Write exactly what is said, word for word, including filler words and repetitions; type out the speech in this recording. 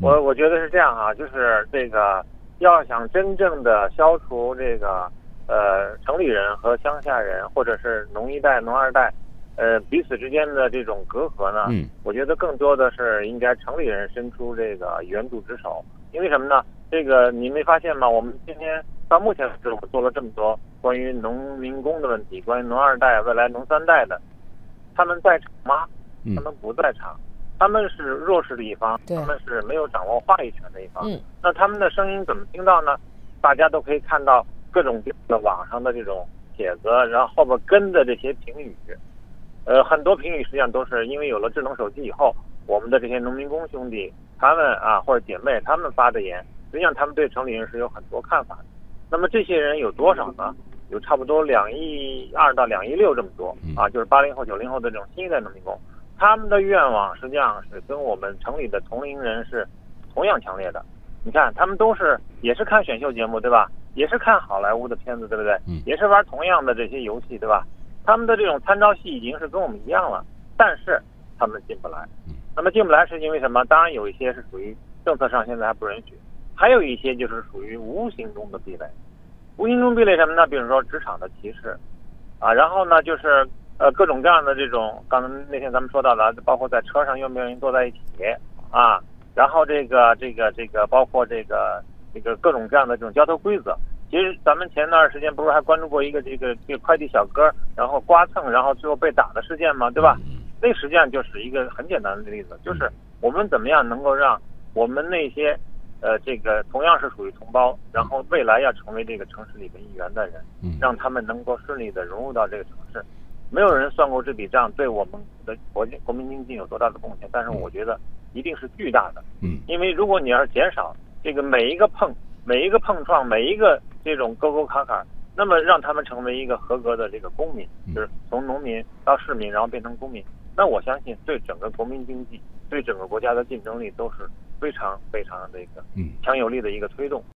我我觉得是这样哈，就是这个要想真正的消除这个呃城里人和乡下人，或者是农一代、农二代，呃彼此之间的这种隔阂呢， 嗯， 我觉得更多的是应该城里人伸出这个援助之手。因为什么呢？这个你没发现吗？我们今天到目前为止，我们做了这么多关于农民工的问题，关于农二代、未来农三代的，他们在场吗？他们不在场。他们是弱势的一方，他们是没有掌握话语权的一方。 嗯， 那他们的声音怎么听到呢？大家都可以看到各种的网上的这种帖子，然后后边跟的这些评语，呃，很多评语实际上都是因为有了智能手机以后，我们的这些农民工兄弟他们啊或者姐妹他们发的言，实际上他们对城里人是有很多看法的。那么这些人有多少呢？有差不多两亿二到两亿六这么多啊，就是八零后、九零后的这种新一代农民工。他们的愿望实际上是跟我们城里的同龄人是同样强烈的。你看，他们都是也是看选秀节目，对吧？也是看好莱坞的片子，对不对？也是玩同样的这些游戏，对吧？他们的这种参照系已经是跟我们一样了，但是他们进不来。那么进不来是因为什么？当然有一些是属于政策上现在还不允许，还有一些就是属于无形中的壁垒。无形中壁垒什么呢？比如说职场的歧视，啊，然后呢就是。呃，各种各样的这种，刚才那天咱们说到的，包括在车上愿不愿意坐在一起啊，然后这个这个这个，包括这个这个各种各样的这种交通规则。其实咱们前段时间不是还关注过一个这个这个快递小哥，然后刮蹭，然后最后被打的事件吗？对吧？那实际上就是一个很简单的例子，就是我们怎么样能够让我们那些呃这个同样是属于同胞，然后未来要成为这个城市里的一员的人，让他们能够顺利的融入到这个城市。没有人算过这笔账对我们的国国民经济有多大的贡献，但是我觉得一定是巨大的。 嗯， 因为如果你要是减少这个每一个碰、每一个碰撞、每一个这种沟沟坎坎，那么让他们成为一个合格的这个公民，就是从农民到市民，然后变成公民，那我相信对整个国民经济、对整个国家的竞争力都是非常非常的一个强有力的一个推动。